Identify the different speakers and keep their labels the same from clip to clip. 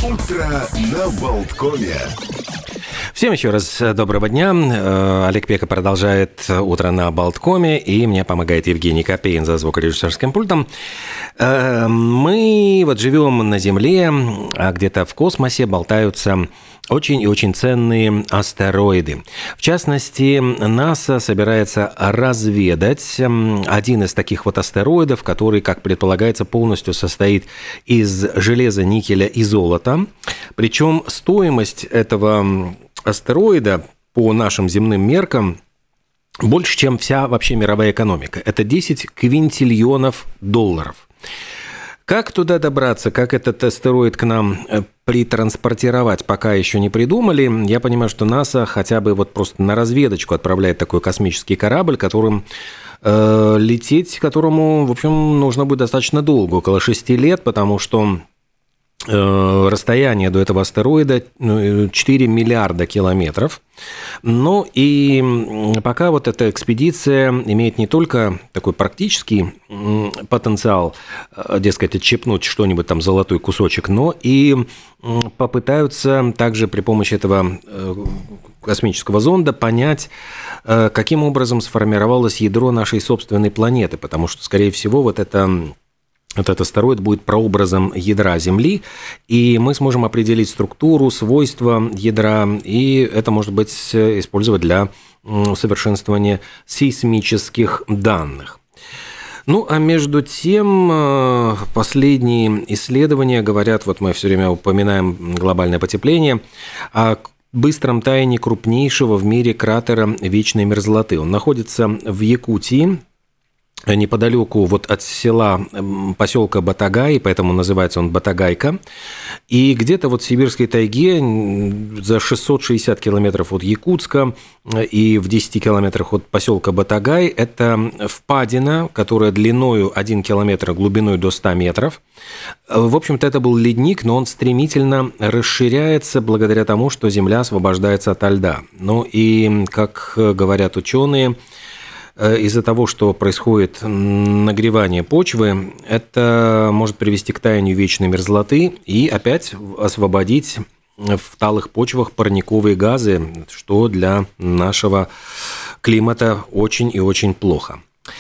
Speaker 1: Утро на Болткоме.
Speaker 2: Всем еще раз доброго дня. Олег Пека продолжает «Утро на Болткоме», и мне помогает Евгений Копейн за звукорежиссерским пультом. Мы вот живем на Земле, а где-то в космосе болтаются очень и очень ценные астероиды. В частности, НАСА собирается разведать один из таких вот астероидов, который, как предполагается, полностью состоит из железа, никеля и золота. Причем стоимость этого астероида по нашим земным меркам больше, чем вся вообще мировая экономика. Это 10 квинтиллионов долларов. Как туда добраться, как этот астероид к нам притранспортировать, пока еще не придумали. Я понимаю, что НАСА хотя бы вот просто на разведочку отправляет такой космический корабль, лететь которому, в общем, нужно будет достаточно долго, около 6 лет, потому что расстояние до этого астероида 4 миллиарда километров. Ну и пока вот эта экспедиция имеет не только такой практический потенциал, дескать, отщепнуть что-нибудь там, золотой кусочек, но и попытаются также при помощи этого космического зонда понять, каким образом сформировалось ядро нашей собственной планеты, потому что, скорее всего, этот астероид будет прообразом ядра Земли, и мы сможем определить структуру, свойства ядра, и это может быть использовать для усовершенствования сейсмических данных. Ну, а между тем, последние исследования говорят, вот мы все время упоминаем глобальное потепление, о быстром таянии крупнейшего в мире кратера вечной мерзлоты. Он находится в Якутии, неподалеку вот от поселка Батагай, поэтому называется он Батагайка. И где-то вот в сибирской тайге за 660 километров от Якутска и в 10 километрах от поселка Батагай это впадина, которая длиною 1 километр, глубиной до 100 метров. В общем-то, это был ледник, но он стремительно расширяется благодаря тому, что Земля освобождается ото льда. Ну и, как говорят ученые, из-за того, что происходит нагревание почвы, это может привести к таянию вечной мерзлоты и опять освободить в талых почвах парниковые газы, что для нашего климата очень и очень плохо.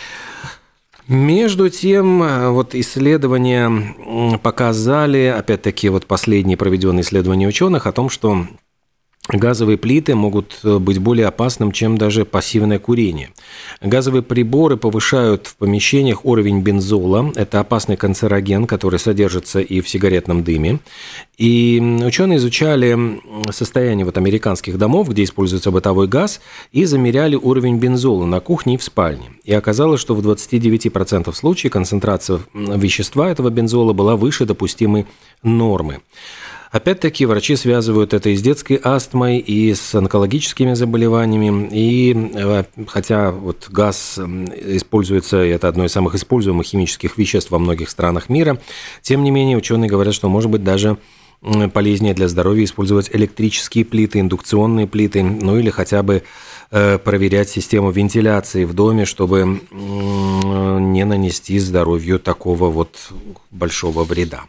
Speaker 2: Между тем, вот исследования показали, опять-таки, вот последние проведенные исследования ученых о том, что газовые плиты могут быть более опасным, чем даже пассивное курение. Газовые приборы повышают в помещениях уровень бензола. Это опасный канцероген, который содержится и в сигаретном дыме. И ученые изучали состояние вот американских домов, где используется бытовой газ, и замеряли уровень бензола на кухне и в спальне. И оказалось, что в 29% случаев концентрация вещества этого бензола была выше допустимой нормы. Опять-таки, врачи связывают это и с детской астмой, и с онкологическими заболеваниями. И хотя вот газ используется, и это одно из самых используемых химических веществ во многих странах мира, тем не менее, ученые говорят, что может быть даже полезнее для здоровья использовать электрические плиты, индукционные плиты, ну или хотя бы проверять систему вентиляции в доме, чтобы не нанести здоровью такого вот большого вреда.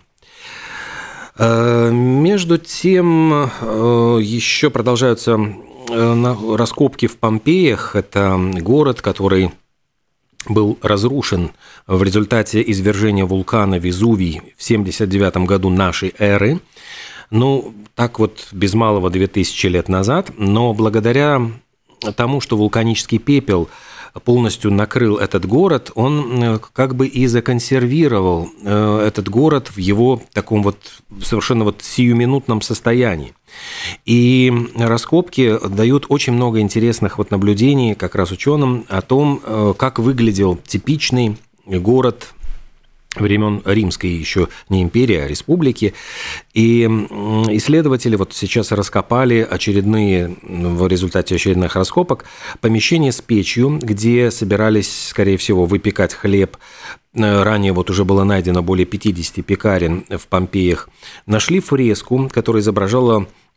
Speaker 2: Между тем, еще продолжаются раскопки в Помпеях. Это город, который был разрушен в результате извержения вулкана Везувий в 79 году нашей эры. Ну, так вот, без малого 2000 лет назад. Но благодаря тому, что вулканический пепел полностью накрыл этот город, он как бы и законсервировал этот город в его таком вот совершенно вот сиюминутном состоянии. И раскопки дают очень много интересных вот наблюдений как раз ученым о том, как выглядел типичный город времен Римской еще не империи, а республики. И исследователи вот сейчас раскопали в результате очередных раскопок помещение с печью, где собирались, скорее всего, выпекать хлеб. Ранее вот уже было найдено более 50 пекарен в Помпеях. Нашли фреску, которая изображала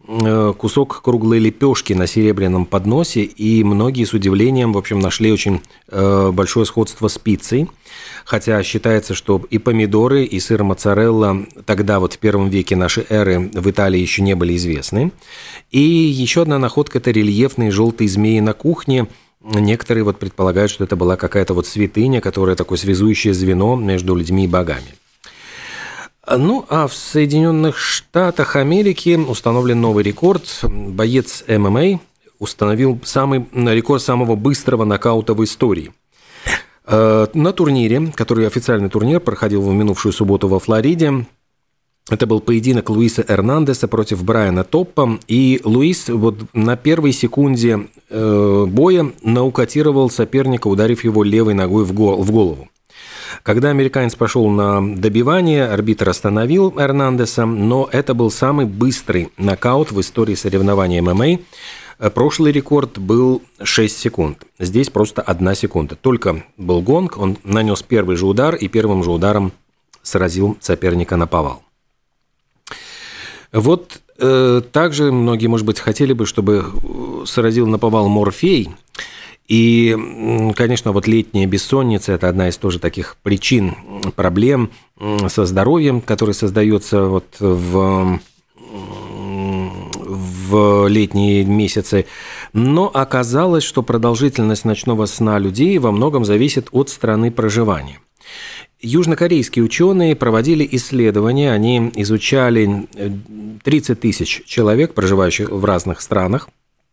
Speaker 2: кусок круглой лепешки на серебряном подносе, и многие с удивлением, в общем, нашли очень большое сходство с пиццей. Хотя считается, что и помидоры, и сыр моцарелла тогда, вот в первом веке нашей эры, в Италии еще не были известны. И еще одна находка – это рельефные желтые змеи на кухне. Некоторые вот предполагают, что это была какая-то вот святыня, которая такое связующее звено между людьми и богами. Ну, а в Соединенных Штатах Америки установлен новый рекорд. Боец ММА установил рекорд самого быстрого нокаута в истории. На турнире, который официальный турнир, проходил в минувшую субботу во Флориде. Это был поединок Луиса Эрнандеса против Брайана Топпа. И Луис вот на первой секунде боя нокаутировал соперника, ударив его левой ногой в голову. Когда американец пошел на добивание, арбитр остановил Эрнандеса, но это был самый быстрый нокаут в истории соревнований ММА. Прошлый рекорд был 6 секунд. Здесь просто 1 секунда. Только был гонг, он нанес первый же удар и первым же ударом сразил соперника наповал. Вот также многие, может быть, хотели бы, чтобы сразил наповал Морфей. И, конечно, вот летняя бессонница – это одна из тоже таких причин проблем со здоровьем, который создается вот в летние месяцы. Но оказалось, что продолжительность ночного сна людей во многом зависит от страны проживания. Южнокорейские ученые проводили исследования, они изучали 30 тысяч человек, проживающих в разных странах,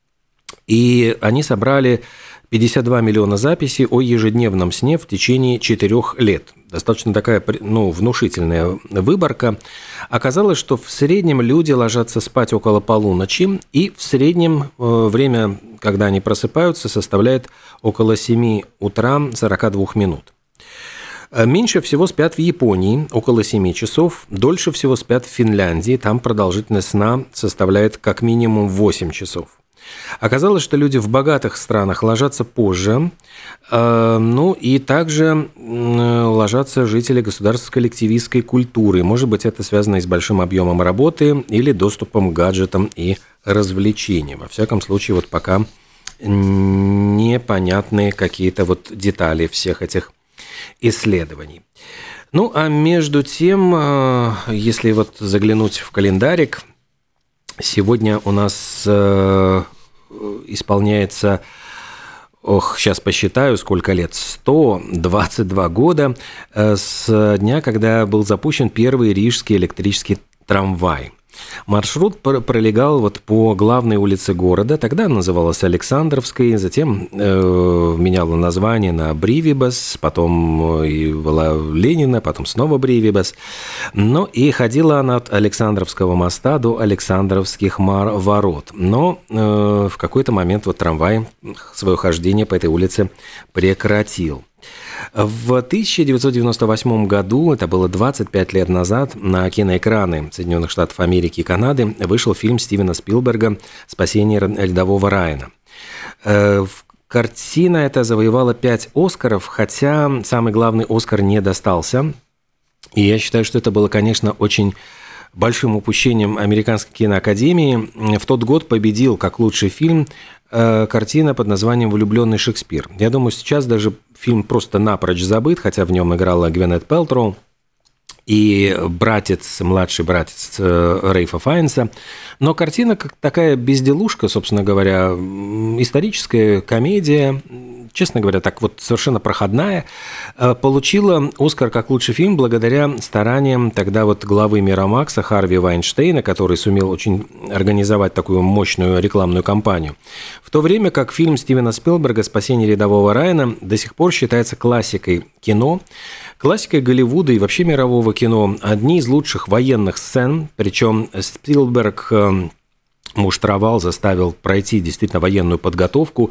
Speaker 2: и они собрали 52 миллиона записей о ежедневном сне в течение 4 лет. Достаточно такая внушительная выборка. Оказалось, что в среднем люди ложатся спать около полуночи, и в среднем время, когда они просыпаются, составляет около 7 утра 42 минут. Меньше всего спят в Японии, около 7 часов. Дольше всего спят в Финляндии, там продолжительность сна составляет как минимум 8 часов. Оказалось, что люди в богатых странах ложатся позже, и также ложатся жители государств коллективистской культуры. Может быть, это связано и с большим объемом работы или доступом к гаджетам и развлечениям. Во всяком случае, вот пока непонятны какие-то вот детали всех этих исследований. Ну, а между тем, если вот заглянуть в календарик, сегодня у нас исполняется, сейчас посчитаю, сколько лет, 122 года с дня, когда был запущен первый рижский электрический трамвай. Маршрут пролегал вот по главной улице города, тогда она называлась Александровской, затем меняла название на Бривибас, потом и была Ленина, потом снова Бривибас. Ну и ходила она от Александровского моста до Александровских ворот. Но в какой-то момент вот трамвай свое хождение по этой улице прекратил. В 1998 году, это было 25 лет назад, на киноэкраны Соединенных Штатов Америки и Канады вышел фильм Стивена Спилберга «Спасение рядового Райана». Картина эта завоевала 5 «Оскаров», хотя самый главный «Оскар» не достался. И я считаю, что это было, конечно, очень большим упущением Американской киноакадемии. В тот год победил как лучший фильм картина под названием «Влюбленный Шекспир». Я думаю, сейчас даже фильм просто напрочь забыт, хотя в нем играла Гвинет Пэлтроу и младший братец Рейфа Файнса. Но картина как такая безделушка, собственно говоря, историческая комедия, честно говоря, так вот совершенно проходная, получила «Оскар» как лучший фильм благодаря стараниям тогда вот главы Мирамакса Харви Вайнштейна, который сумел очень организовать такую мощную рекламную кампанию. В то время как фильм Стивена Спилберга «Спасение рядового Райана» до сих пор считается классикой кино, классикой Голливуда и вообще мирового кино, одни из лучших военных сцен, причем Спилберг муштровал, заставил пройти действительно военную подготовку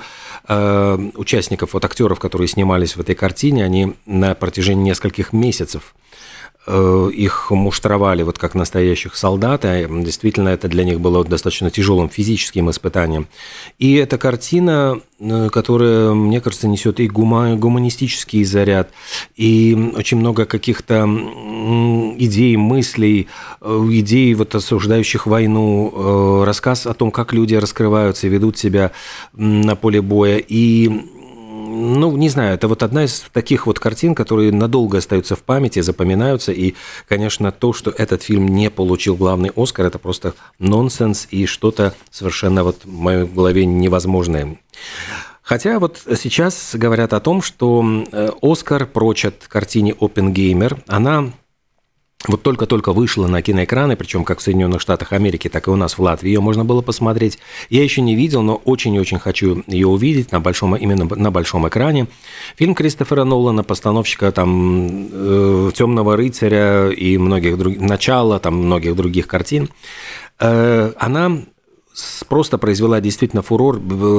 Speaker 2: участников, вот актеров, которые снимались в этой картине, они на протяжении нескольких месяцев их муштровали вот как настоящих солдат, и действительно это для них было достаточно тяжелым физическим испытанием. И эта картина, которая, мне кажется, несет и гуманистический заряд, и очень много каких-то идей, мыслей, идей, вот, осуждающих войну, рассказ о том, как люди раскрываются и ведут себя на поле боя. И не знаю, это вот одна из таких вот картин, которые надолго остаются в памяти, запоминаются. И, конечно, то, что этот фильм не получил главный «Оскар», это просто нонсенс и что-то совершенно вот в моей голове невозможное. Хотя вот сейчас говорят о том, что «Оскар» прочат картине «Оппенгеймер». Она вот только-только вышла на киноэкраны, причем как в Соединенных Штатах Америки, так и у нас в Латвии ее можно было посмотреть. Я еще не видел, но очень-очень хочу ее увидеть именно на большом экране. Фильм Кристофера Нолана, постановщика там «Темного рыцаря» и многих других, «Начала», там многих других картин. Она просто произвела действительно фурор,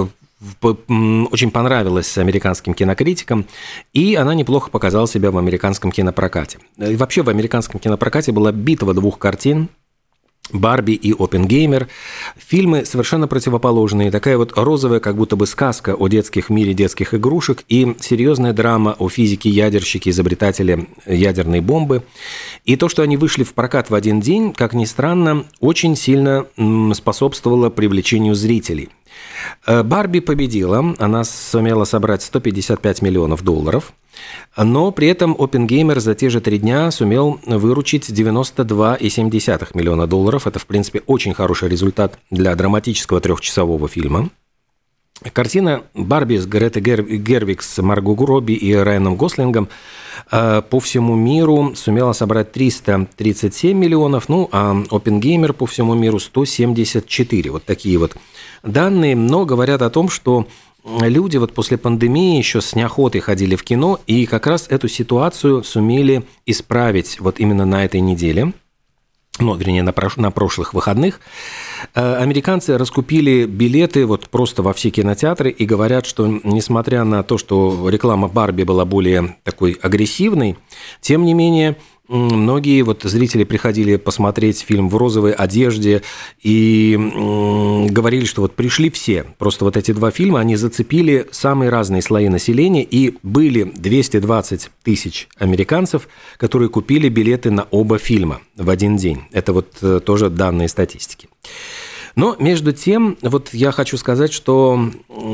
Speaker 2: очень понравилась американским кинокритикам, и она неплохо показала себя в американском кинопрокате. И вообще в американском кинопрокате была битва двух картин «Барби» и «Оппенгеймер». Фильмы совершенно противоположные. Такая вот розовая, как будто бы сказка о детских мире детских игрушек и серьезная драма о физике-ядерщике, изобретателе ядерной бомбы. И то, что они вышли в прокат в один день, как ни странно, очень сильно способствовало привлечению зрителей. «Барби» победила, она сумела собрать $155 миллионов, но при этом «Оппенгеймер» за те же 3 дня сумел выручить $92,7 миллиона. Это, в принципе, очень хороший результат для драматического 3-часового фильма. Картина «Барби» с Гретой Гервиг, с Марго Робби и Райаном Гослингом по всему миру сумела собрать 337 миллионов, а «Оппенгеймер» по всему миру 174. Вот такие вот данные, но говорят о том, что люди вот после пандемии еще с неохотой ходили в кино, и как раз эту ситуацию сумели исправить вот именно на этой неделе. Вернее, на прошлых выходных. Американцы раскупили билеты вот просто во все кинотеатры и говорят, что несмотря на то, что реклама «Барби» была более такой агрессивной, тем не менее многие вот зрители приходили посмотреть фильм в розовой одежде и говорили, что вот пришли все. Просто вот эти 2 фильма, они зацепили самые разные слои населения, и были 220 тысяч американцев, которые купили билеты на оба фильма в один день. Это вот тоже данные статистики. Но между тем, вот я хочу сказать, что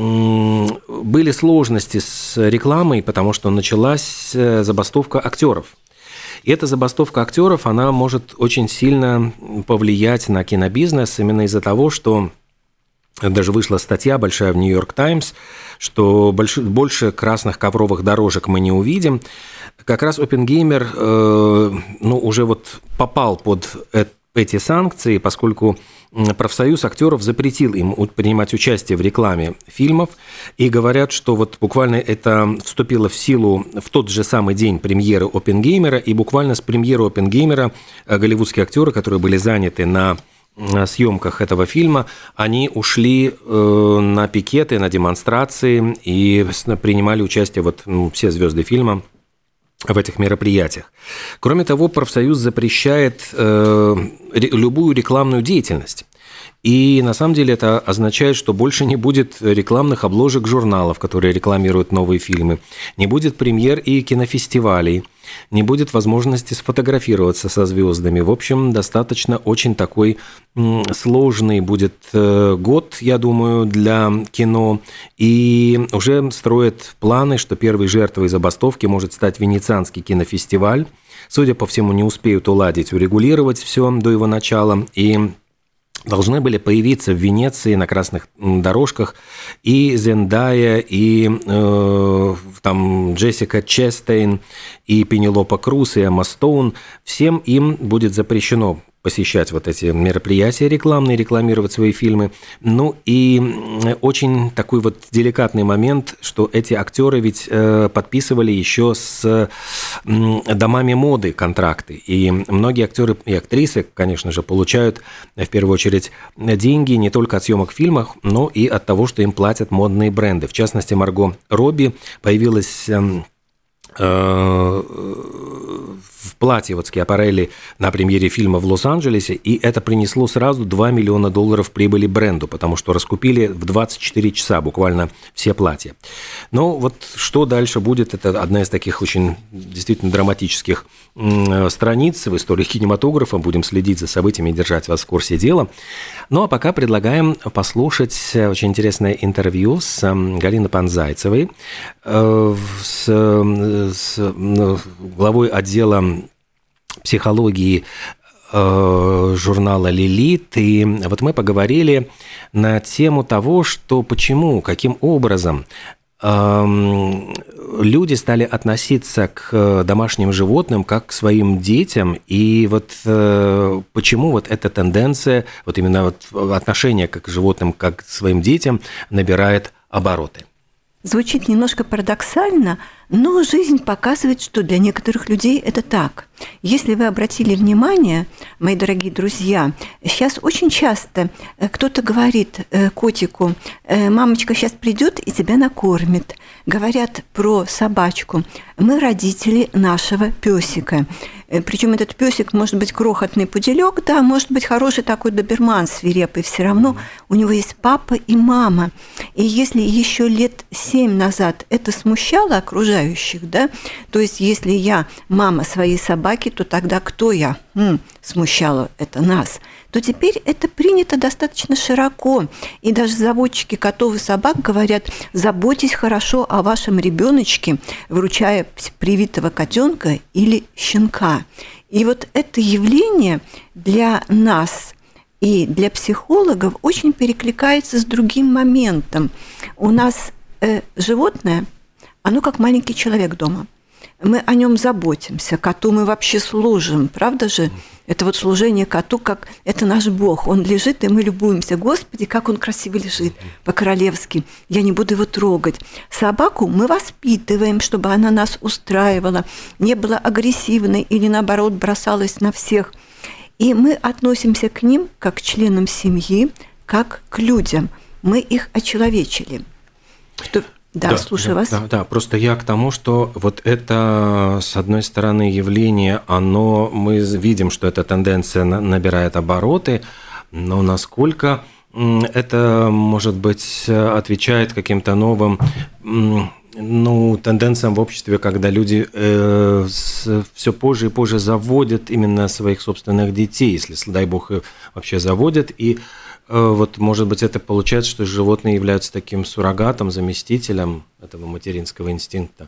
Speaker 2: были сложности с рекламой, потому что началась забастовка актеров. И эта забастовка актеров, она может очень сильно повлиять на кинобизнес именно из-за того, что даже вышла статья большая в «Нью-Йорк Таймс», что больше красных ковровых дорожек мы не увидим. Как раз «Оппенгеймер» уже вот попал под эти санкции, поскольку профсоюз актеров запретил им принимать участие в рекламе фильмов, и говорят, что вот буквально это вступило в силу в тот же самый день премьеры «Оппенгеймера», и буквально с премьеры «Оппенгеймера» голливудские актеры, которые были заняты на съемках этого фильма, они ушли на пикеты, на демонстрации и принимали участие вот все звезды фильма в этих мероприятиях. Кроме того, профсоюз запрещает любую рекламную деятельность. И на самом деле это означает, что больше не будет рекламных обложек журналов, которые рекламируют новые фильмы, не будет премьер и кинофестивалей, не будет возможности сфотографироваться со звездами. В общем, достаточно очень такой сложный будет год, я думаю, для кино. И уже строят планы, что первой жертвой забастовки может стать Венецианский кинофестиваль. Судя по всему, не успеют уладить, урегулировать все до его начала. И должны были появиться в Венеции на красных дорожках и Зендая, и там Джессика Честейн, и Пенелопа Круз, и Эмма Стоун. Всем им будет запрещено посещать вот эти мероприятия рекламные, рекламировать свои фильмы. И очень такой вот деликатный момент, что эти актеры ведь подписывали еще с домами моды контракты. И многие актеры и актрисы, конечно же, получают в первую очередь деньги не только от съемок в фильмах, но и от того, что им платят модные бренды. В частности, Марго Робби появилась в в платье вот Скиапарелли на премьере фильма в Лос-Анджелесе, и это принесло сразу $2 миллиона прибыли бренду, потому что раскупили в 24 часа буквально все платья. Но вот что дальше будет, это одна из таких очень действительно драматических страниц в истории кинематографа. Будем следить за событиями и держать вас в курсе дела. Ну а пока предлагаем послушать очень интересное интервью с Галиной Панзайцевой, с главой отдела психологии журнала «Лилит». И вот мы поговорили на тему того, что почему, каким образом люди стали относиться к домашним животным как к своим детям, и вот почему вот эта тенденция, вот именно вот отношение к животным как к своим детям набирает обороты.
Speaker 3: Звучит немножко парадоксально, но жизнь показывает, что для некоторых людей это так. Если вы обратили внимание, мои дорогие друзья, сейчас очень часто кто-то говорит котику: «Мамочка сейчас придет и тебя накормит». Говорят про собачку: «Мы родители нашего песика». Причем этот песик может быть крохотный пуделек, да, может быть хороший такой доберман свирепый, все равно у него есть папа и мама. И если еще лет 7 назад это смущало окружающих, да, то есть если я мама своей собаки, то тогда кто я? Смущало это нас. То теперь это принято достаточно широко. И даже заводчики котов и собак говорят: заботьтесь хорошо о вашем ребеночке, вручая привитого котенка или щенка. И вот это явление для нас и для психологов очень перекликается с другим моментом. У нас животное, оно как маленький человек дома. Мы о нем заботимся, коту мы вообще служим, правда же? Это вот служение коту, как это наш Бог. Он лежит, и мы любуемся. Господи, как он красиво лежит, по-королевски. Я не буду его трогать. Собаку мы воспитываем, чтобы она нас устраивала, не была агрессивной или, наоборот, бросалась на всех. И мы относимся к ним как к членам семьи, как к людям. Мы их очеловечили. Да, слушаю вас.
Speaker 2: Да, просто я к тому, что вот это, с одной стороны, явление, мы видим, что эта тенденция набирает обороты, но насколько это, может быть, отвечает каким-то новым тенденциям в обществе, когда люди все позже и позже заводят именно своих собственных детей, если, дай бог, вообще заводят, и вот, может быть, это получается, что животные являются таким суррогатом, заместителем этого материнского инстинкта?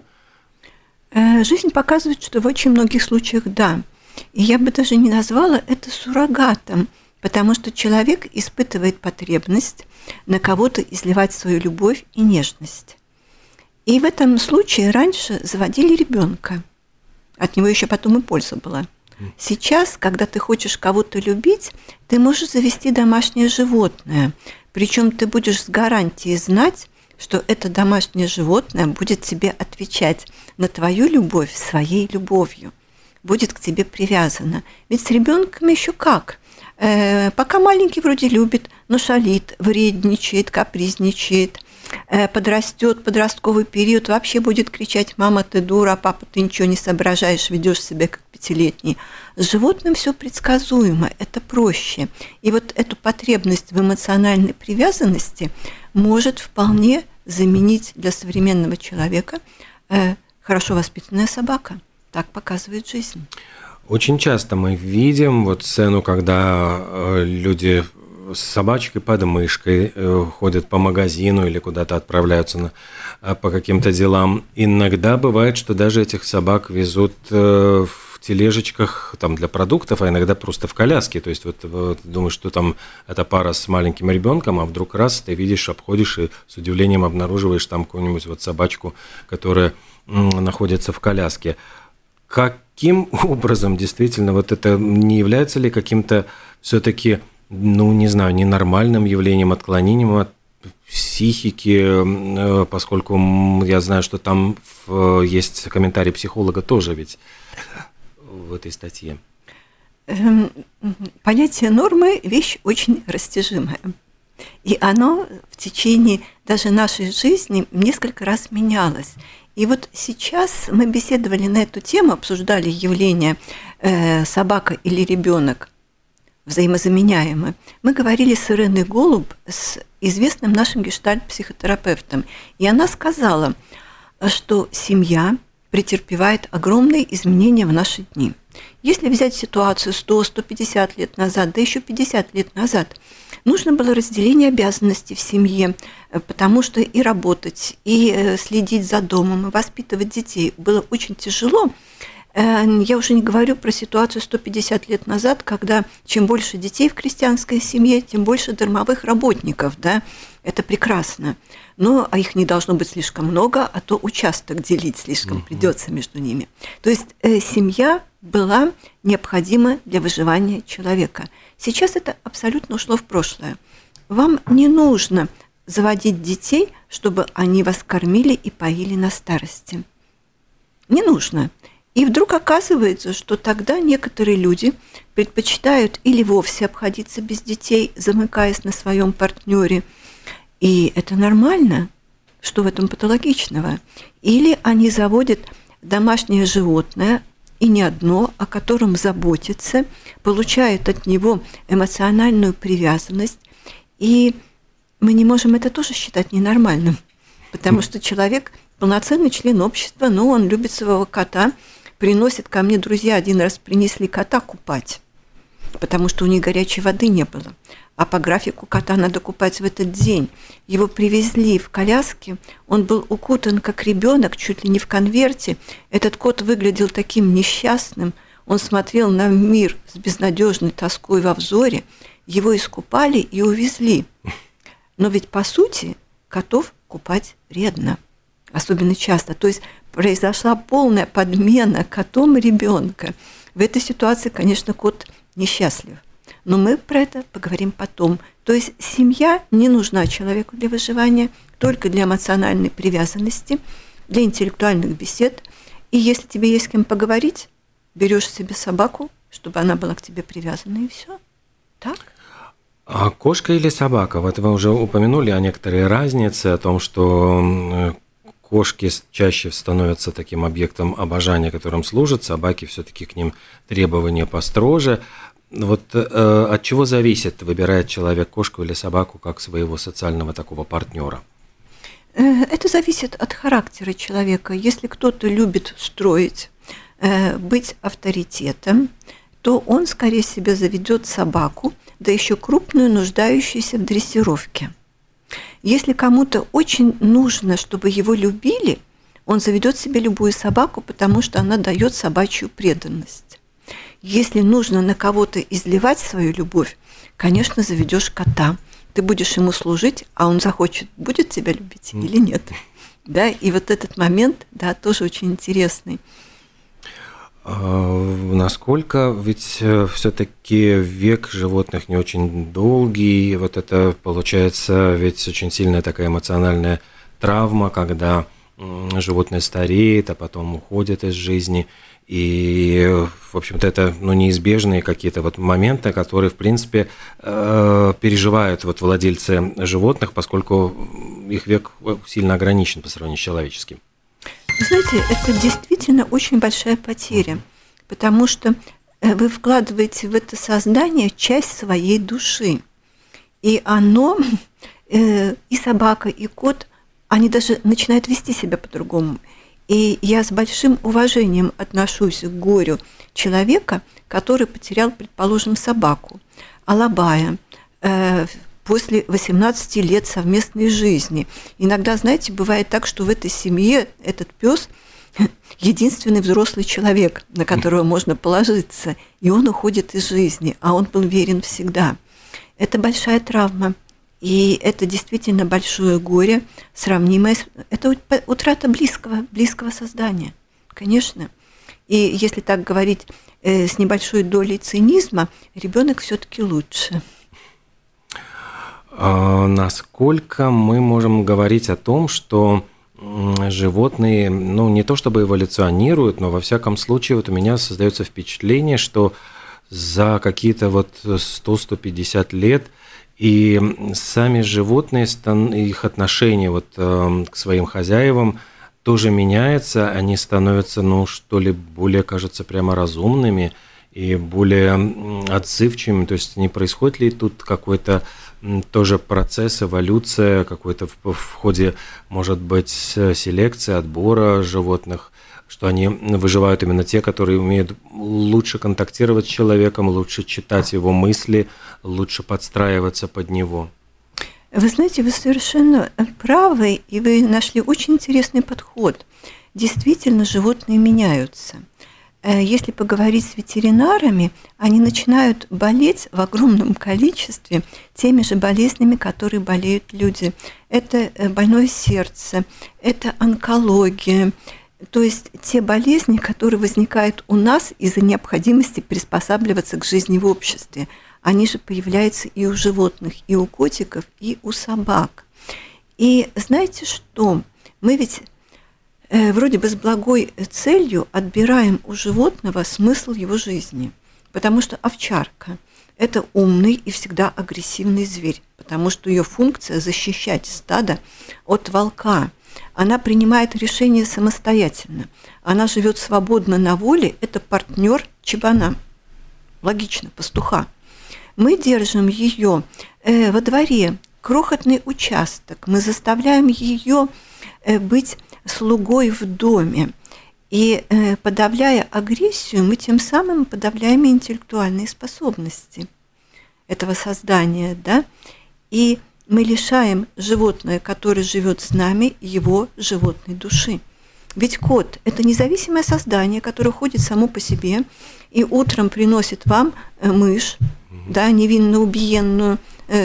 Speaker 3: Жизнь показывает, что в очень многих случаях да. И я бы даже не назвала это суррогатом, потому что человек испытывает потребность на кого-то изливать свою любовь и нежность. И в этом случае раньше заводили ребенка. От него еще потом и польза была. Сейчас, когда ты хочешь кого-то любить, ты можешь завести домашнее животное. Причем ты будешь с гарантией знать, что это домашнее животное будет тебе отвечать на твою любовь своей любовью, будет к тебе привязано. Ведь с ребенком еще как? Пока маленький вроде любит, но шалит, вредничает, капризничает. Подрастет, подростковый период, вообще будет кричать: «Мама, ты дура, папа, ты ничего не соображаешь, ведешь себя как 5-летний». С животным все предсказуемо, это проще. И вот эту потребность в эмоциональной привязанности может вполне заменить для современного человека хорошо воспитанная собака. Так показывает жизнь.
Speaker 2: Очень часто мы видим вот сцену, когда люди с собачкой под мышкой ходят по магазину или куда-то отправляются по каким-то делам. Иногда бывает, что даже этих собак везут в тележечках там, для продуктов, а иногда просто в коляске. То есть вот думаешь, что там эта пара с маленьким ребенком, а вдруг раз ты видишь, обходишь и с удивлением обнаруживаешь там какую-нибудь вот собачку, которая находится в коляске. Каким образом действительно вот это не является ли каким-то все-таки, не знаю, ненормальным явлением, отклонением от психики, поскольку я знаю, что там есть комментарий психолога тоже ведь в этой статье.
Speaker 3: Понятие нормы – вещь очень растяжимая. И оно в течение даже нашей жизни несколько раз менялось. И вот сейчас мы беседовали на эту тему, обсуждали явление собака или ребенок взаимозаменяемы. Мы говорили с Иреной Голуб, с известным нашим гештальт-психотерапевтом, и она сказала, что семья претерпевает огромные изменения в наши дни. Если взять ситуацию 100-150 лет назад, да еще 50 лет назад, нужно было разделение обязанностей в семье, потому что и работать, и следить за домом, и воспитывать детей было очень тяжело. Я уже не говорю про ситуацию 150 лет назад, когда чем больше детей в крестьянской семье, тем больше дармовых работников, да, это прекрасно. Но их не должно быть слишком много, а то участок делить слишком придется между ними. То есть семья была необходима для выживания человека. Сейчас это абсолютно ушло в прошлое. Вам не нужно заводить детей, чтобы они вас кормили и поили на старости. Не нужно. И вдруг оказывается, что тогда некоторые люди предпочитают или вовсе обходиться без детей, замыкаясь на своем партнере. И это нормально, что в этом патологичного. Или они заводят домашнее животное, и не одно, о котором заботятся, получают от него эмоциональную привязанность. И мы не можем это тоже считать ненормальным, потому что человек полноценный член общества, но он любит своего кота, приносит ко мне друзья, один раз принесли кота купать, потому что у них горячей воды не было. А по графику кота надо купать в этот день. Его привезли в коляске, он был укутан как ребенок, чуть ли не в конверте. Этот кот выглядел таким несчастным, он смотрел на мир с безнадежной тоской во взоре. Его искупали и увезли. Но ведь по сути котов купать вредно, особенно часто. То есть произошла полная подмена котом ребенка. В этой ситуации, конечно, кот несчастлив. Но мы про это поговорим потом. То есть семья не нужна человеку для выживания, только для эмоциональной привязанности, для интеллектуальных бесед. И если тебе есть с кем поговорить, берешь себе собаку, чтобы она была к тебе привязана, и все. Так?
Speaker 2: А кошка или собака? Вот вы уже упомянули о некоторой разнице, о том, что кошки чаще становятся таким объектом обожания, которым служат, собаки все-таки к ним требования построже. Вот от чего зависит, выбирает человек кошку или собаку как своего социального такого партнера?
Speaker 3: Это зависит от характера человека. Если кто-то любит строить, быть авторитетом, то он, скорее всего, заведет собаку, да еще крупную, нуждающуюся в дрессировке. Если кому-то очень нужно, чтобы его любили, он заведет себе любую собаку, потому что она дает собачью преданность. Если нужно на кого-то изливать свою любовь, конечно, заведешь кота. Ты будешь ему служить, а он захочет, будет тебя любить или нет. Да, и вот этот момент, да, тоже очень интересный.
Speaker 2: Насколько ведь все-таки век животных не очень долгий, вот это получается ведь очень сильная такая эмоциональная травма, когда животное стареет, а потом уходит из жизни. И, в общем-то, это неизбежные какие-то вот моменты, которые, в принципе, переживают вот владельцы животных, поскольку их век сильно ограничен по сравнению с человеческим.
Speaker 3: Знаете, это действительно очень большая потеря, потому что вы вкладываете в это создание часть своей души. И оно, и собака, и кот, они даже начинают вести себя по-другому. И я с большим уважением отношусь к горю человека, который потерял, предположим, собаку, алабая, после 18 лет совместной жизни. Иногда, знаете, бывает так, что в этой семье этот пес единственный взрослый человек, на которого можно положиться, и он уходит из жизни, а он был верен всегда. Это большая травма. И это действительно большое горе, сравнимое с... Это утрата близкого создания, конечно. И если так говорить с небольшой долей цинизма, ребенок все-таки лучше.
Speaker 2: Насколько мы можем говорить о том, что животные, не то чтобы эволюционируют, но во всяком случае вот у меня создается впечатление, что за какие-то вот 100-150 лет и сами животные, их отношение вот к своим хозяевам тоже меняется, они становятся, что ли, более, кажется, прямо разумными и более отзывчивыми. То есть не происходит ли тут какой-то тоже процесс, эволюция, какой-то в ходе, может быть, селекции, отбора животных, что они выживают именно те, которые умеют лучше контактировать с человеком, лучше читать его мысли, лучше подстраиваться под него?
Speaker 3: Вы знаете, вы совершенно правы, и вы нашли очень интересный подход. Действительно, животные меняются. Если поговорить с ветеринарами, они начинают болеть в огромном количестве теми же болезнями, которые болеют люди. Это больное сердце, это онкология, то есть те болезни, которые возникают у нас из-за необходимости приспосабливаться к жизни в обществе. Они же появляются и у животных, и у котиков, и у собак. И знаете что? Мы ведь вроде бы с благой целью отбираем у животного смысл его жизни. Потому что овчарка – это умный и всегда агрессивный зверь, потому что ее функция – защищать стадо от волка. Она принимает решения самостоятельно. Она живет свободно на воле, это партнер чабана. Логично, пастуха. Мы держим ее во дворе, крохотный участок, мы заставляем ее быть слугой в доме. И подавляя агрессию, мы тем самым подавляем интеллектуальные способности этого создания, да? И мы лишаем животное, которое живет с нами, его животной души. Ведь кот – это независимое создание, которое ходит само по себе и утром приносит вам мышь, да, невинно убиенную,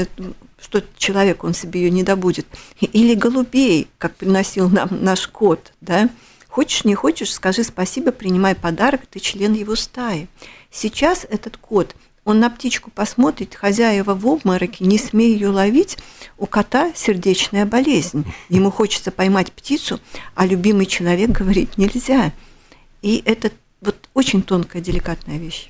Speaker 3: что человек, он себе ее не добудет, или голубей, как приносил нам наш кот, да. Хочешь, не хочешь, скажи спасибо, принимай подарок, ты член его стаи. Сейчас этот кот, он на птичку посмотрит, хозяева в обмороке, не смей ее ловить, у кота сердечная болезнь. Ему хочется поймать птицу, а любимый человек говорит нельзя. И это вот очень тонкая, деликатная вещь.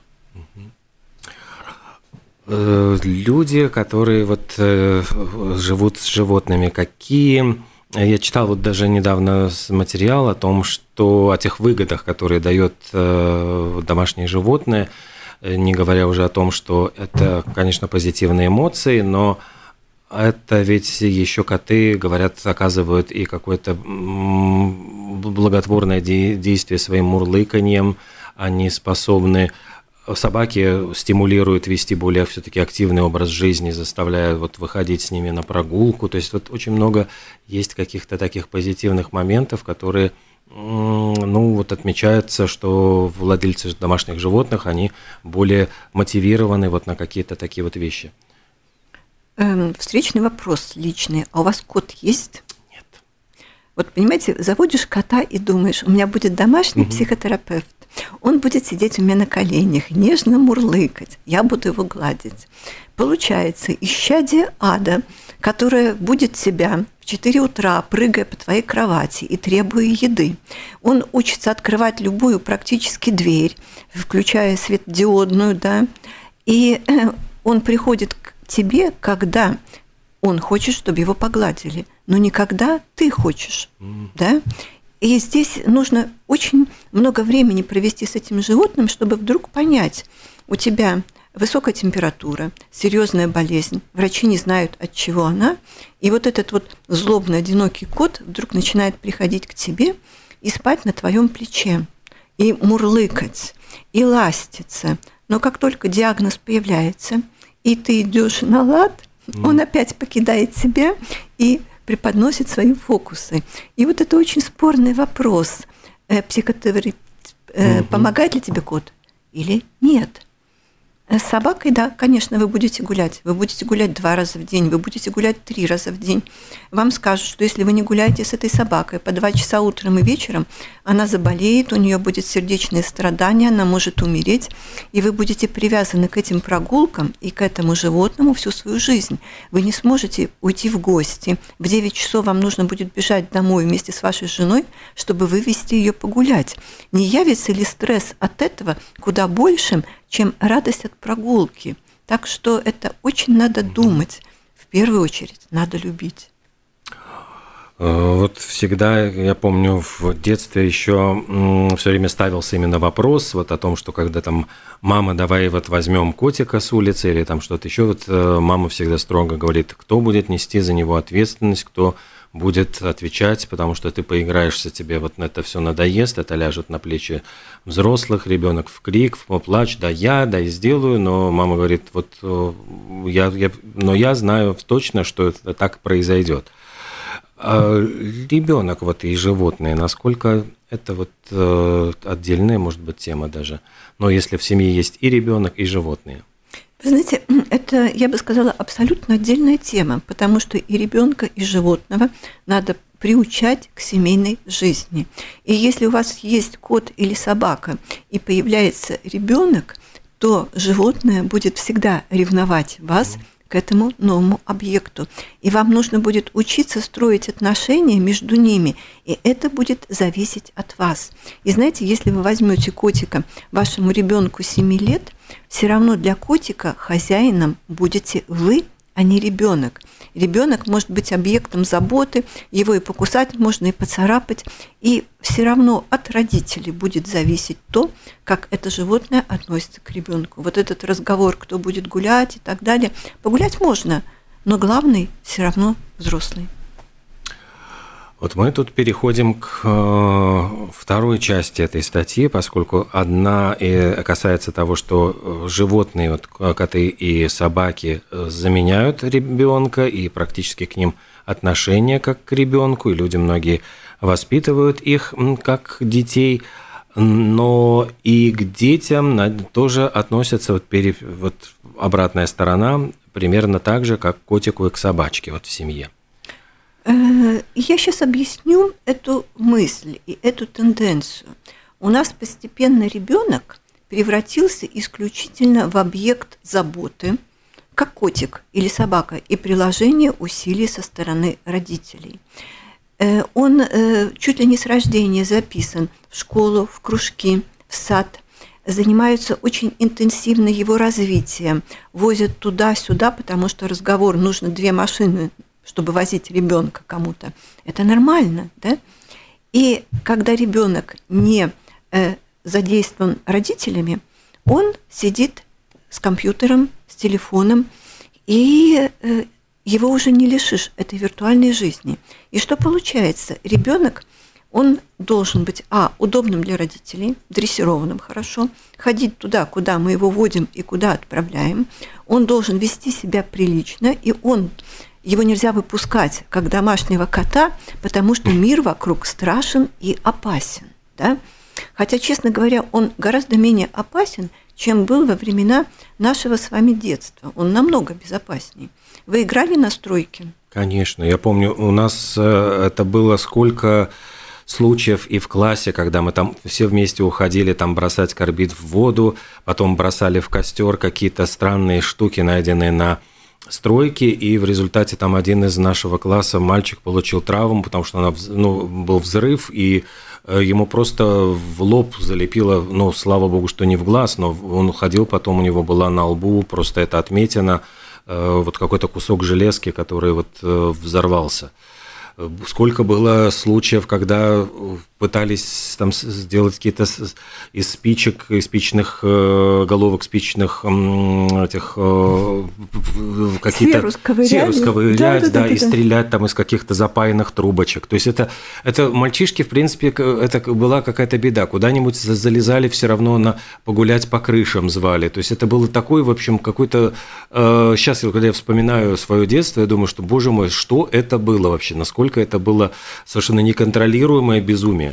Speaker 2: Люди, которые живут с животными, какие... Я читал даже недавно материал о тех выгодах, которые дает домашнее животное, не говоря уже о том, что это, конечно, позитивные эмоции, но это ведь еще коты, говорят, оказывают и какое-то благотворное действие своим мурлыканьем, они способны... Собаки стимулируют вести более все-таки активный образ жизни, заставляют выходить с ними на прогулку. То есть очень много есть каких-то таких позитивных моментов, которые отмечаются, что владельцы домашних животных, они более мотивированы на какие-то такие вещи.
Speaker 3: Встречный вопрос личный. А у вас кот есть?
Speaker 2: Нет.
Speaker 3: Вот понимаете, заводишь кота и думаешь, у меня будет домашний психотерапевт. Он будет сидеть у меня на коленях, нежно мурлыкать, я буду его гладить. Получается, исчадие ада, которое будет тебя в 4 утра, прыгая по твоей кровати и требуя еды. Он учится открывать любую практически дверь, включая светодиодную, да, и он приходит к тебе, когда он хочет, чтобы его погладили, но не когда ты хочешь, да. И здесь нужно очень много времени провести с этим животным, чтобы вдруг понять, у тебя высокая температура, серьезная болезнь, врачи не знают, от чего она, и этот злобный, одинокий кот вдруг начинает приходить к тебе и спать на твоем плече, и мурлыкать, и ластиться. Но как только диагноз появляется, и ты идешь на лад, он опять покидает тебя и преподносит свои фокусы. И это очень спорный вопрос. Психотерапевт, помогает ли тебе кот или нет? С собакой, да, конечно, вы будете гулять. Вы будете гулять 2 раза в день, вы будете гулять 3 раза в день. Вам скажут, что если вы не гуляете с этой собакой по 2 часа утром и вечером, она заболеет, у нее будет сердечные страдания, она может умереть, и вы будете привязаны к этим прогулкам и к этому животному всю свою жизнь. Вы не сможете уйти в гости. В 9 часов вам нужно будет бежать домой вместе с вашей женой, чтобы вывести ее погулять. Не явится ли стресс от этого куда большим, чем радость от прогулки? Так что это очень надо думать. В первую очередь надо любить.
Speaker 2: Вот всегда, я помню, в детстве еще все время ставился именно вопрос вот о том, что когда там мама, давай вот возьмем котика с улицы или там что-то еще, вот мама всегда строго говорит, кто будет нести за него ответственность, кто будет отвечать, потому что ты поиграешься, тебе вот это все надоест, это ляжет на плечи взрослых, ребенок в крик, в плач, да и сделаю, но мама говорит, вот но я знаю точно, что это так произойдет. А ребенок вот и животные, насколько это вот отдельная, может быть, тема даже. Но если в семье есть и ребенок, и животные.
Speaker 3: Вы знаете, это, я бы сказала, абсолютно отдельная тема, потому что и ребенка, и животного надо приучать к семейной жизни. И если у вас есть кот или собака, и появляется ребенок, то животное будет всегда ревновать вас к этому новому объекту. И вам нужно будет учиться строить отношения между ними, и это будет зависеть от вас. И знаете, если вы возьмете котика вашему ребенку 7 лет, все равно для котика хозяином будете вы, а не ребенок. Ребенок может быть объектом заботы, его и покусать можно, и поцарапать, и все равно от родителей будет зависеть то, как это животное относится к ребенку. Вот этот разговор, кто будет гулять и так далее. Погулять можно, но главный все равно взрослый.
Speaker 2: Вот мы тут переходим к второй части этой статьи, поскольку одна касается того, что животные, вот коты и собаки, заменяют ребенка, и практически к ним отношение как к ребенку, и люди многие воспитывают их как детей, но и к детям тоже относятся вот обратная сторона примерно так же, как к котику и к собачке вот в семье.
Speaker 3: Я сейчас объясню эту мысль и эту тенденцию. У нас постепенно ребенок превратился исключительно в объект заботы, как котик или собака, и приложение усилий со стороны родителей. Он чуть ли не с рождения записан в школу, в кружки, в сад, занимаются очень интенсивно его развитием, возят туда-сюда, потому что разговор нужно 2 машины, чтобы возить ребенка кому-то. Это нормально, да? И когда ребенок не задействован родителями, он сидит с компьютером, с телефоном, и его уже не лишишь этой виртуальной жизни. И что получается? Ребенок, он должен быть, удобным для родителей, дрессированным хорошо, ходить туда, куда мы его водим и куда отправляем. Он должен вести себя прилично, и его нельзя выпускать как домашнего кота, потому что мир вокруг страшен и опасен. Да? Хотя, честно говоря, он гораздо менее опасен, чем был во времена нашего с вами детства. Он намного безопаснее. Вы играли на стройке?
Speaker 2: Конечно. Я помню, у нас это было сколько случаев и в классе, когда мы там все вместе уходили там бросать карбид в воду, потом бросали в костер какие-то странные штуки, найденные на стройки, и в результате там один из нашего класса мальчик получил травму, потому что был взрыв, и ему просто в лоб залепило, слава богу, что не в глаз, но он ходил, потом у него была на лбу просто эта отметина, вот какой-то кусок железки, который вот взорвался. Сколько было случаев, когда пытались там сделать какие-то из спичек, из спичных головок, спичных этих какие-то серу сковырять, да, и стрелять там из каких-то запаянных трубочек. То есть это мальчишки, в принципе, это была какая-то беда. Куда-нибудь залезали, все равно погулять по крышам звали. То есть это было такой, в общем, какой-то... Сейчас, когда я вспоминаю свое детство, я думаю, что, боже мой, что это было вообще? Насколько это было совершенно неконтролируемое безумие.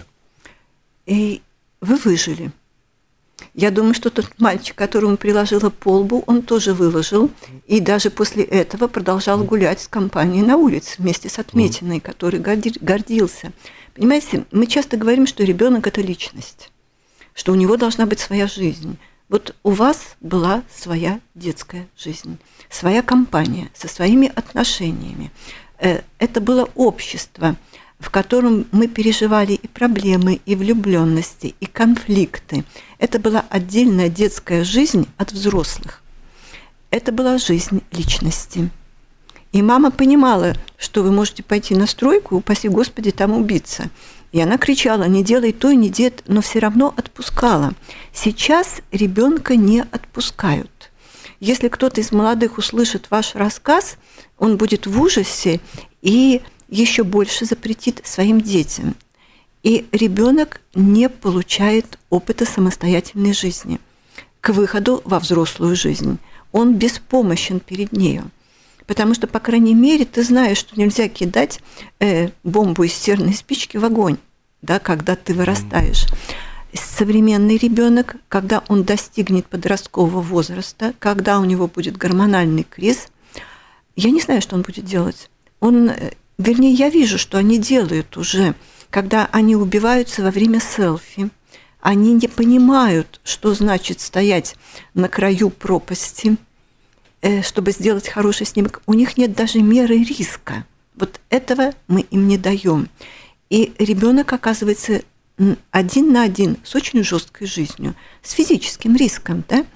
Speaker 3: И вы выжили. Я думаю, что тот мальчик, которому приложила по лбу, он тоже выложил, и даже после этого продолжал гулять с компанией на улице вместе с отметиной, который гордился. Понимаете, мы часто говорим, что ребенок – это личность, что у него должна быть своя жизнь. Вот у вас была своя детская жизнь, своя компания со своими отношениями. Это было общество, в котором мы переживали и проблемы, и влюбленности, и конфликты. Это была отдельная детская жизнь от взрослых. Это была жизнь личности. И мама понимала, что вы можете пойти на стройку, упаси Господи, там убиться. И она кричала: не делай то, не делай, но все равно отпускала. Сейчас ребенка не отпускают. Если кто-то из молодых услышит ваш рассказ, он будет в ужасе и еще больше запретит своим детям. И ребенок не получает опыта самостоятельной жизни к выходу во взрослую жизнь. Он беспомощен перед нею. Потому что, по крайней мере, ты знаешь, что нельзя кидать бомбу из серной спички в огонь, да, когда ты вырастаешь. Современный ребенок, когда он достигнет подросткового возраста, когда у него будет гормональный криз, я не знаю, что он будет делать. Вернее, я вижу, что они делают уже, когда они убиваются во время селфи. Они не понимают, что значит стоять на краю пропасти, чтобы сделать хороший снимок. У них нет даже меры риска. Вот этого мы им не даем. И ребенок оказывается один на один с очень жесткой жизнью, с физическим риском, да?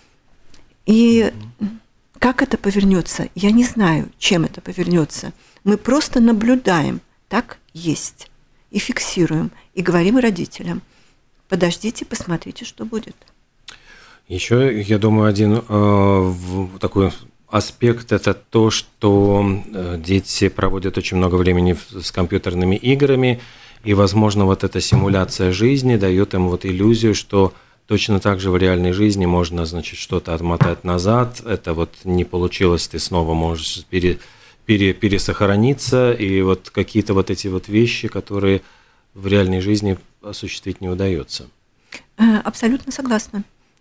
Speaker 3: И как это повернется, я не знаю, чем это повернется. Мы просто наблюдаем, так есть, и фиксируем, и говорим родителям: подождите, посмотрите, что будет.
Speaker 2: Еще, я думаю, один такой аспект – это то, что дети проводят очень много времени с компьютерными играми, и, возможно, вот эта симуляция жизни дает им вот иллюзию, что точно так же в реальной жизни можно, значит, что-то отмотать назад, это вот не получилось, ты снова можешь пересохраниться, и вот какие-то вот эти вот вещи, которые в реальной жизни осуществить не удается.
Speaker 3: Абсолютно согласна.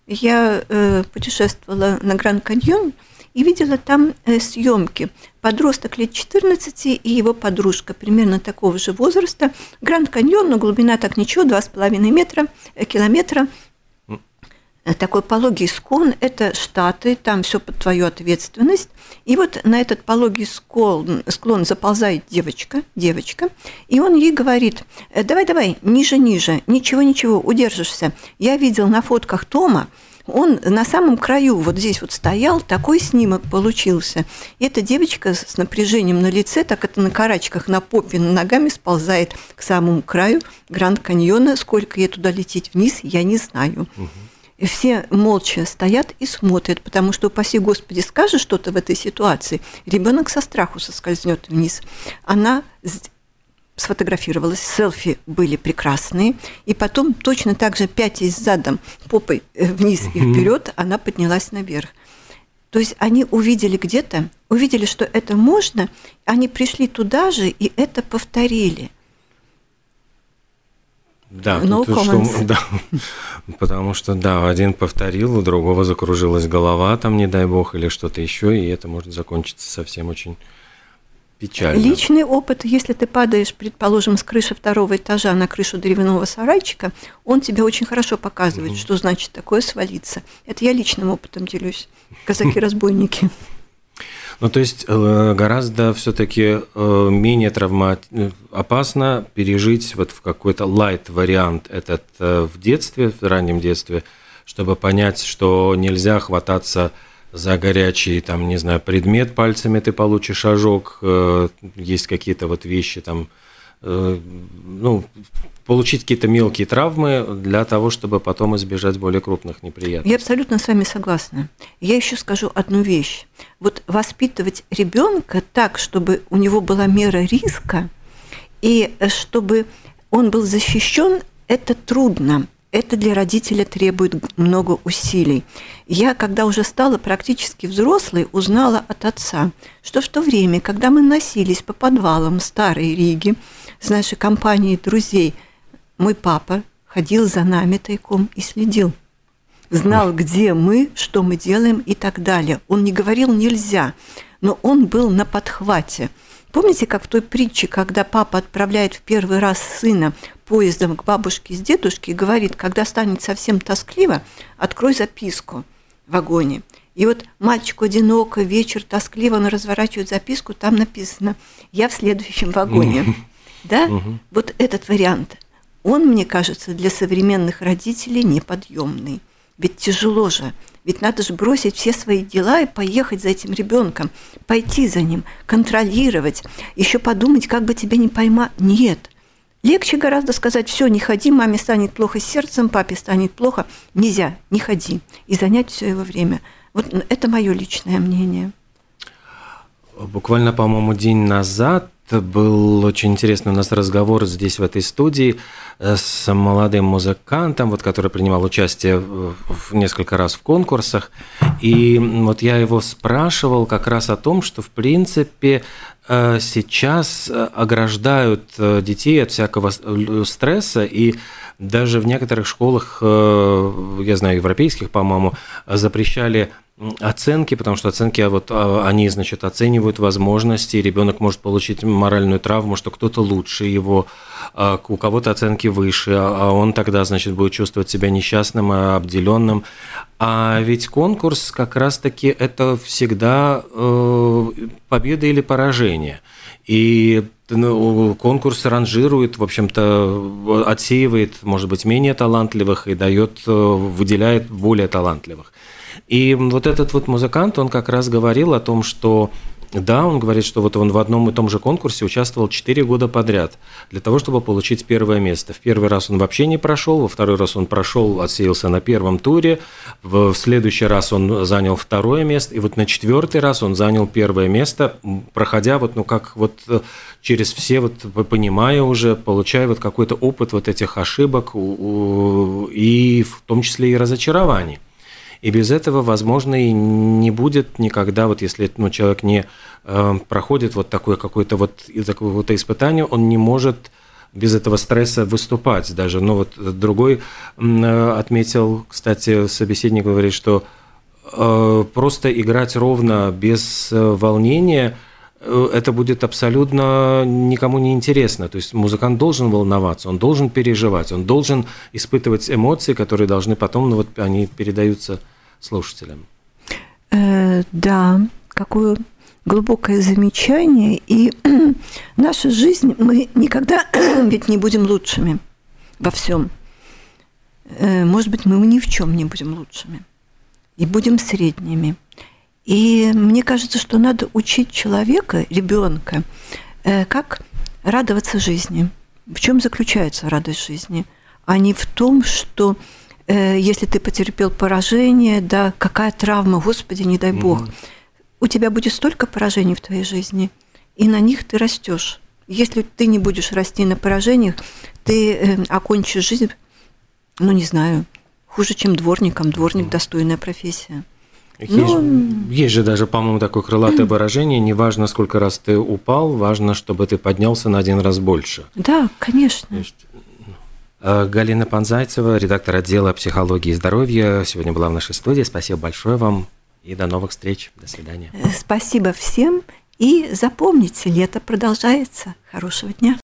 Speaker 3: Я путешествовала на Гранд-Каньон и видела там съемки. Подросток лет 14 и его подружка примерно такого же возраста. Гранд-Каньон, но глубина так ничего, 2,5 километра. Такой пологий склон – это Штаты, там все под твою ответственность. И вот на этот пологий склон заползает девочка, и он ей говорит: давай, ниже, ничего, удержишься. Я видел на фотках Тома, он на самом краю вот здесь вот стоял, такой снимок получился. И эта девочка с напряжением на лице, так это на карачках, на попе, ногами сползает к самому краю Гранд-Каньона. Сколько ей туда лететь вниз, я не знаю. И все молча стоят и смотрят, потому что, упаси Господи, скажет что-то в этой ситуации, ребенок со страху соскользнет вниз. Она сфотографировалась, селфи были прекрасные, и потом точно так же, пятясь задом, попой вниз и вперед, она поднялась наверх. То есть они увидели, что это можно, они пришли туда же и это повторили.
Speaker 2: Да, потому что, один повторил, у другого закружилась голова, там, не дай бог, или что-то еще, и это может закончиться совсем очень печально.
Speaker 3: Личный опыт, если ты падаешь, предположим, с крыши 2-го этажа на крышу деревянного сарайчика, он тебе очень хорошо показывает, что значит такое свалиться. Это я личным опытом делюсь. Казаки-разбойники.
Speaker 2: Ну, то есть гораздо все-таки менее опасно пережить вот в какой-то лайт-вариант этот в детстве, в раннем детстве, чтобы понять, что нельзя хвататься за горячий, там, не знаю, предмет пальцами, ты получишь ожог, есть какие-то вот вещи там, получить какие-то мелкие травмы для того, чтобы потом избежать более крупных неприятностей.
Speaker 3: Я абсолютно с вами согласна. Я еще скажу одну вещь. Вот воспитывать ребенка так, чтобы у него была мера риска, и чтобы он был защищен, это трудно. Это для родителя требует много усилий. Я, когда уже стала практически взрослой, узнала от отца, что в то время, когда мы носились по подвалам старой Риги с нашей компанией друзей, мой папа ходил за нами тайком и следил. Знал, где мы, что мы делаем и так далее. Он не говорил «нельзя», но он был на подхвате. Помните, как в той притче, когда папа отправляет в первый раз сына поездом к бабушке с дедушкой и говорит: когда станет совсем тоскливо, открой записку в вагоне. И вот мальчику одиноко, вечер тоскливо, он разворачивает записку, там написано: я в следующем вагоне. Да? Вот этот вариант, он, мне кажется, для современных родителей неподъемный. Ведь тяжело же. Ведь надо же бросить все свои дела и поехать за этим ребенком, пойти за ним, контролировать, еще подумать, как бы тебя не поймать. Нет. Легче гораздо сказать: все, не ходи, маме станет плохо с сердцем, папе станет плохо. Нельзя, не ходи. И занять все его время. Вот это мое личное мнение.
Speaker 2: Буквально, по-моему, день назад был очень интересный у нас разговор здесь, в этой студии, с молодым музыкантом, вот, который принимал участие несколько раз в конкурсах. И вот я его спрашивал как раз о том, что, в принципе, сейчас ограждают детей от всякого стресса, и даже в некоторых школах, я знаю, европейских, по-моему, запрещали оценки, потому что оценки, вот они, значит, оценивают возможности, ребенок может получить моральную травму, что кто-то лучше его, у кого-то оценки выше, а он тогда, значит, будет чувствовать себя несчастным, обделенным. А ведь конкурс как раз-таки это всегда победа или поражение. И конкурс ранжирует, в общем-то, отсеивает, может быть, менее талантливых и выделяет более талантливых. И вот этот вот музыкант, он как раз говорил о том, что да, он говорит, что вот он в одном и том же конкурсе участвовал 4 года подряд для того, чтобы получить первое место. В первый раз он вообще не прошел, во второй раз он прошел, отсеялся на первом туре, в следующий раз он занял второе место, и вот на 4-й раз он занял первое место, проходя вот, как вот через все, вот понимая уже, получая вот какой-то опыт вот этих ошибок и в том числе и разочарований. И без этого, возможно, и не будет никогда, вот если человек не проходит вот такое какое-то вот испытание, он не может без этого стресса выступать даже. Но вот другой отметил, кстати, собеседник говорит, что просто играть ровно, без волнения, это будет абсолютно никому не интересно. То есть музыкант должен волноваться, он должен переживать, он должен испытывать эмоции, которые должны потом, они передаются слушателям.
Speaker 3: Да, какое глубокое замечание. И наша жизнь, мы никогда ведь не будем лучшими во всем. Может быть, мы ни в чем не будем лучшими. И будем средними. И мне кажется, что надо учить человека, ребенка, как радоваться жизни. В чем заключается радость жизни? А не в том, что если ты потерпел поражение, да, какая травма, Господи, не дай Бог. У тебя будет столько поражений в твоей жизни, и на них ты растешь. Если ты не будешь расти на поражениях, ты окончишь жизнь, не знаю, хуже, чем дворником. Дворник – достойная профессия.
Speaker 2: Есть же даже, по-моему, такое крылатое выражение: не важно, сколько раз ты упал, важно, чтобы ты поднялся на 1 раз больше.
Speaker 3: Да, конечно.
Speaker 2: Галина Панзайцева, редактор отдела психологии и здоровья, сегодня была в нашей студии. Спасибо большое вам и до новых встреч. До свидания.
Speaker 3: Спасибо всем. И запомните, лето продолжается. Хорошего дня.